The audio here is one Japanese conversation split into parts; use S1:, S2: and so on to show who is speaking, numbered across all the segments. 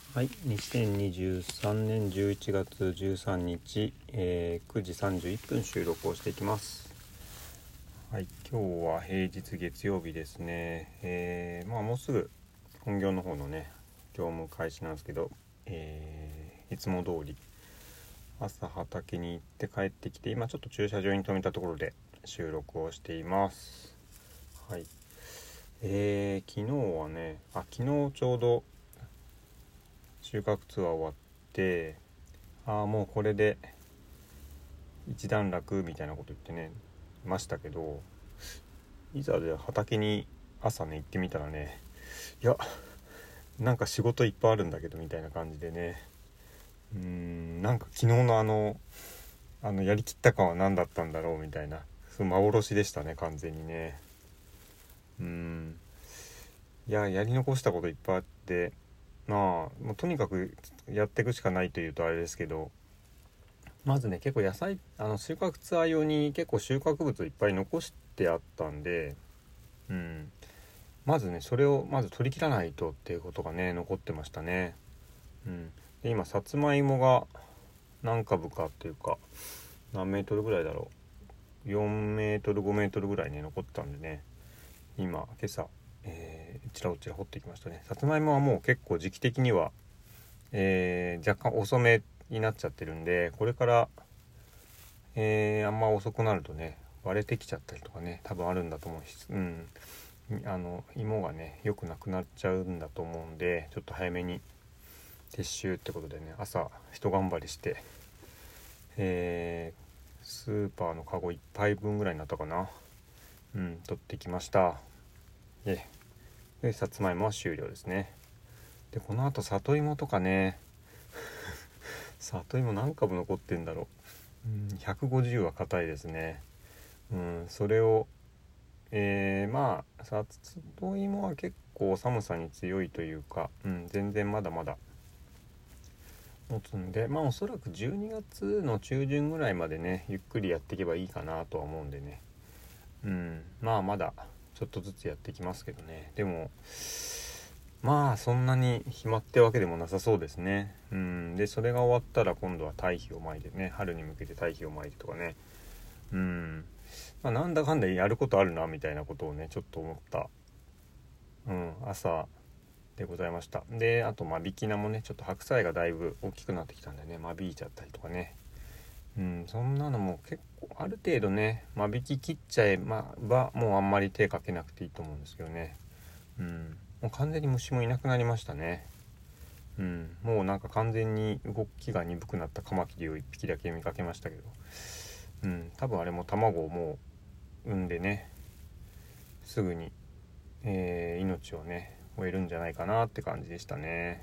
S1: はい、2023年11月13日、9時31分収録をしていきます。はい、今日は平日月曜日ですね。もうすぐ本業の方のね業務開始なんですけど、いつも通り朝畑に行って帰ってきて、今ちょっと駐車場に停めたところで収録をしています。はい、昨日はね、昨日ちょうど収穫ツアー終わって、もうこれで一段落みたいなこと言ってねましたけど、いざで畑に朝ね行ってみたらね、いやなんか仕事いっぱいあるんだけどみたいな感じでね、なんか昨日のやりきった感は何だったんだろうみたいな、その幻でしたね完全にね。いややり残したこといっぱいあって、もうとにかくやっていくしかないというとあれですけど、まずね結構野菜収穫ツアー用に結構収穫物いっぱい残してあったんで、まずねそれをまず取り切らないとっていうことがね残ってましたね。で今さつまいもが何株かっていうか何メートルぐらいだろう、4メートル5メートルぐらいね残ったんでね、今朝、ちらおちら掘ってきましたね。さつまいもはもう結構時期的には、若干遅めになっちゃってるんで、これから、あんま遅くなるとね割れてきちゃったりとかね多分あるんだと思うし、芋がねよくなくなっちゃうんだと思うんで、ちょっと早めに撤収ってことでね朝一頑張りして、スーパーのカゴ1杯分ぐらいになったかな、取ってきました。でさつまいもは終了ですね。でこのあと里芋とかね里芋何株残ってんだろう、150は硬いですね。それを里芋は結構寒さに強いというか、全然まだまだ持つんで、おそらく12月の中旬ぐらいまでねゆっくりやっていけばいいかなとは思うんでね、まだちょっとずつやっていきますけどね。でもそんなに暇ってわけでもなさそうですね。でそれが終わったら今度は堆肥をまいてね、春に向けて堆肥をまいてとかね、なんだかんだやることあるなみたいなことをねちょっと思った、朝でございました。であと間引き菜もねちょっと白菜がだいぶ大きくなってきたんでね間引いちゃったりとかね、そんなのも結構ある程度ね間引き切っちゃえばもうあんまり手かけなくていいと思うんですけどね。もう完全に虫もいなくなりましたね。もうなんか完全に動きが鈍くなったカマキリを1匹だけ見かけましたけど、多分あれも卵をもう産んでねすぐに、命をね終えるんじゃないかなって感じでしたね。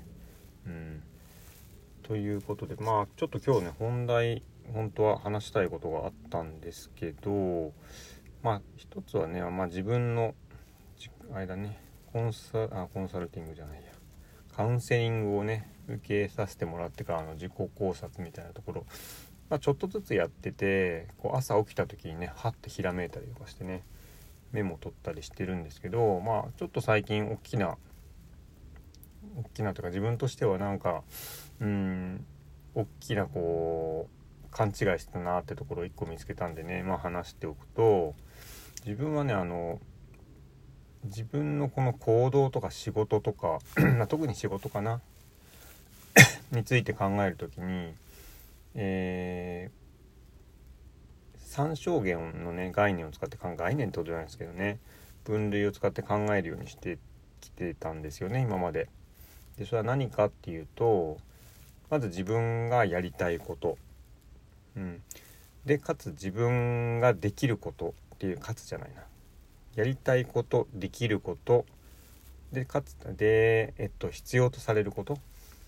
S1: ということでちょっと今日ね本題本当は話したいことがあったんですけど、一つはね、自分の間ねコンサルティングじゃないやカウンセリングをね受けさせてもらってからの自己考察みたいなところ、ちょっとずつやってて、こう朝起きた時にねはってひらめいたりとかしてねメモ取ったりしてるんですけど、ちょっと最近大きなというか自分としてはなんか大きなこう勘違いしてたなってところを1個見つけたんでね、話しておくと、自分はね自分のこの行動とか仕事とか特に仕事かなについて考えるときに、3象限のね概念を使って概念ってことじゃないですけどね、分類を使って考えるようにしてきてたんですよね今まで。でそれは何かっていうと、まず自分がやりたいこと、でかつ自分ができることっていう、かつじゃないな、やりたいことできることでかつで、必要とされること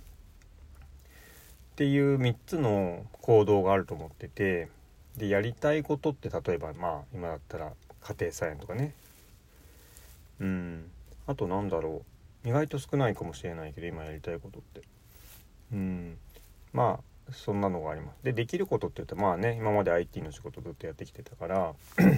S1: っていう3つの行動があると思ってて、でやりたいことって例えば今だったら家庭菜園とかね、あとなんだろう、意外と少ないかもしれないけど今やりたいことって、そんなのがあります。でできることって言うと今まで IT の仕事ずっとやってきてたから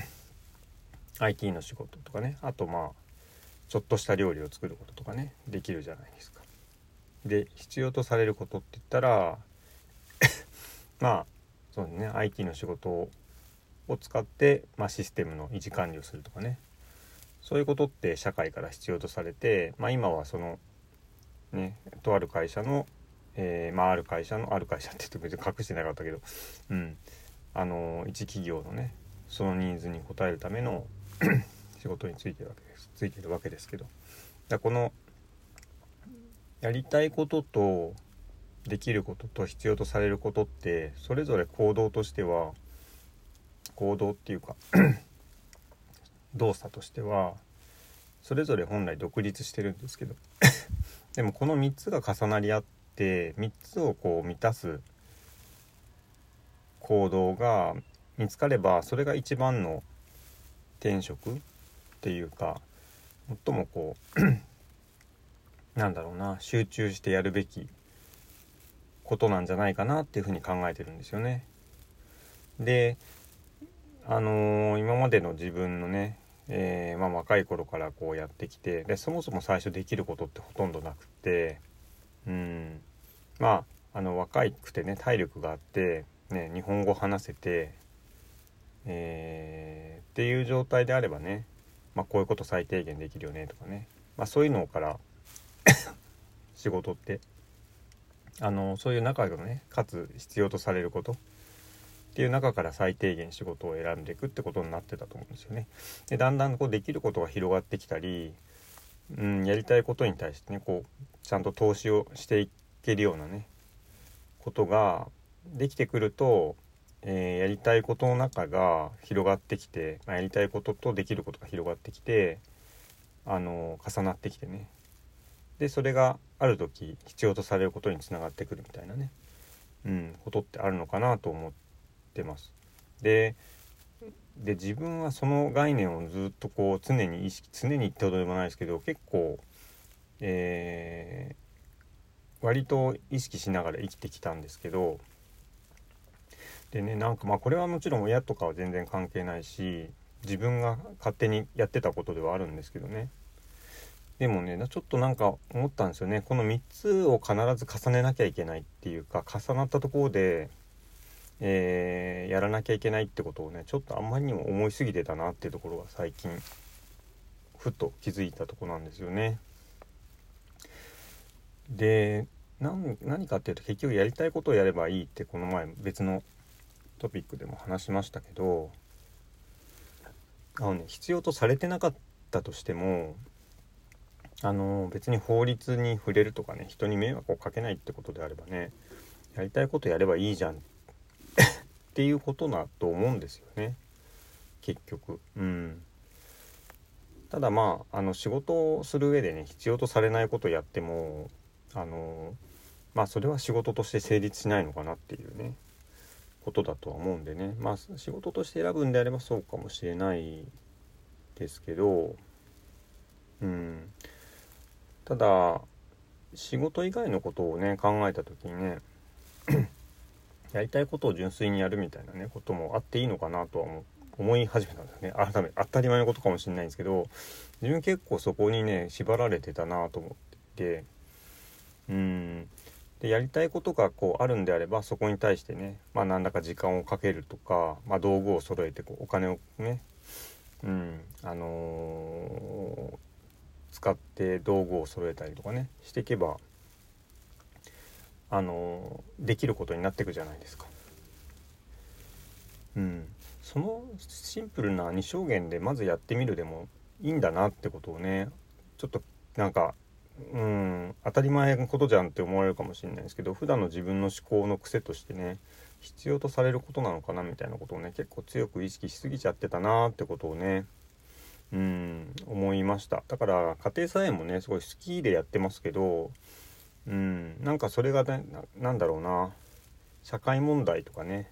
S1: IT の仕事とかね、あとちょっとした料理を作ることとかねできるじゃないですか。 で必要とされることって言ったらまあそうね IT の仕事を使って、システムの維持管理をするとかね、そういうことって社会から必要とされて、今はそのねとある会社の、ある会社って言って別に隠してなかったけど、一企業のねそのニーズに応えるための仕事についてるわけですけど、このやりたいこととできることと必要とされることってそれぞれ行動っていうか動作としてはそれぞれ本来独立してるんですけどでもこの3つが重なり合って3つをこう満たす行動が見つかれば、それが一番の転職っていうか、最もこう集中してやるべきことなんじゃないかなっていうふうに考えてるんですよね。で今までの自分のね、若い頃からこうやってきて、でそもそも最初できることってほとんどなくて、若くてね体力があってね日本語話せて、っていう状態であればね、こういうこと最低限できるよねとかね、そういうのから仕事ってそういう中でねかつ必要とされることっていう中から最低限仕事を選んでいくってことになってたと思うんですよね。でだんだんこうできることが広がってきたり、やりたいことに対してねこうちゃんと投資をしていけるようなねことができてくると、やりたいことの中が広がってきて、やりたいこととできることが広がってきて重なってきてね、でそれがある時必要とされることにつながってくるみたいなね、ことってあるのかなと思ってます。で自分はその概念をずっとこう常にってことでもないですけど結構、割と意識しながら生きてきたんですけど、でねこれはもちろん親とかは全然関係ないし自分が勝手にやってたことではあるんですけどね、でもねちょっと思ったんですよね。この3つを必ず重ねなきゃいけないっていうか、重なったところで、やらなきゃいけないってことをねちょっとあんまりにも思いすぎてたなっていうところが最近ふと気づいたところなんですよね。で何かっていうと結局やりたいことをやればいいってこの前別のトピックでも話しましたけど、必要とされてなかったとしても別に法律に触れるとかね人に迷惑をかけないってことであればねやりたいことやればいいじゃんっていうことだと思うんですよね結局。ただ仕事をする上でね必要とされないことをやってもそれは仕事として成立しないのかなっていうねことだとは思うんでね、仕事として選ぶんであればそうかもしれないですけど、ただ仕事以外のことをね考えた時にねやりたいことを純粋にやるみたいなねこともあっていいのかなとは思い始めたんですね。改めて当たり前のことかもしれないんですけど、自分結構そこにね縛られてたなと思っていて、でやりたいことがこうあるんであればそこに対してね何らか時間をかけるとか、道具を揃えてお金をね使って道具を揃えたりとかねしていけばできることになっていくじゃないですか。そのシンプルな2証言でまずやってみるでもいいんだなってことをねちょっと当たり前のことじゃんって思われるかもしれないですけど、普段の自分の思考の癖としてね必要とされることなのかなみたいなことをね結構強く意識しすぎちゃってたなってことをね思いました。だから家庭菜園もねすごい好きでやってますけどそれがね社会問題とかね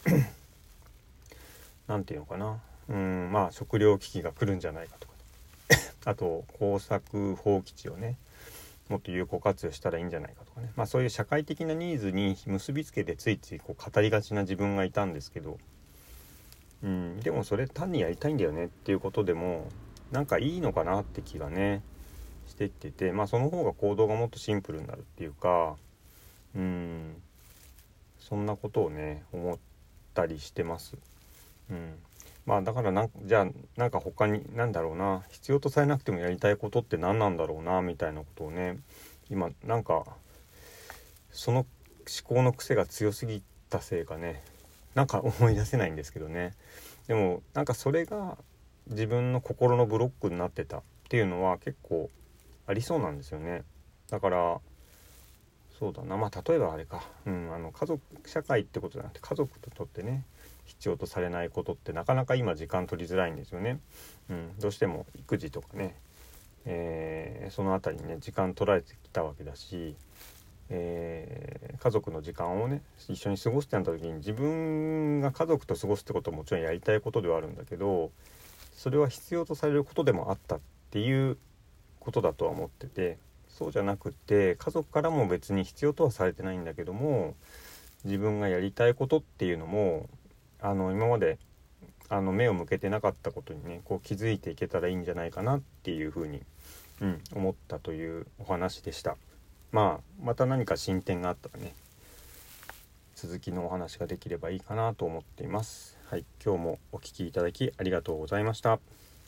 S1: なんていうのかな食糧危機が来るんじゃないかとかあと耕作放棄地をねもっと有効活用したらいいんじゃないかとかね、そういう社会的なニーズに結びつけてついついこう語りがちな自分がいたんですけど、でもそれ単にやりたいんだよねっていうことでもいいのかなって気がねしてってて、その方が行動がもっとシンプルになるっていうか、そんなことをね思ったりしてます。だからじゃあなんか他に必要とされなくてもやりたいことって何なんだろうなみたいなことをね、今なんかその思考の癖が強すぎたせいかね、なんか思い出せないんですけどね。でもなんかそれが自分の心のブロックになってたっていうのは結構ありそうなんですよね。だからそうだな、例えばあれか、家族社会ってことじゃなくて家族ととってね必要とされないことってなかなか今時間取りづらいんですよね。どうしても育児とかね、そのあたりにね時間取られてきたわけだし、家族の時間をね一緒に過ごすってなった時に、自分が家族と過ごすってことももちろんやりたいことではあるんだけど、それは必要とされることでもあったっていうことだとは思ってて、そうじゃなくって家族からも別に必要とはされてないんだけども、自分がやりたいことっていうのも今まで目を向けてなかったことにね気づいていけたらいいんじゃないかなっていうふうに、思ったというお話でした。また何か進展があったらね続きのお話ができればいいかなと思っています。はい、今日もお聞きいただきありがとうございました。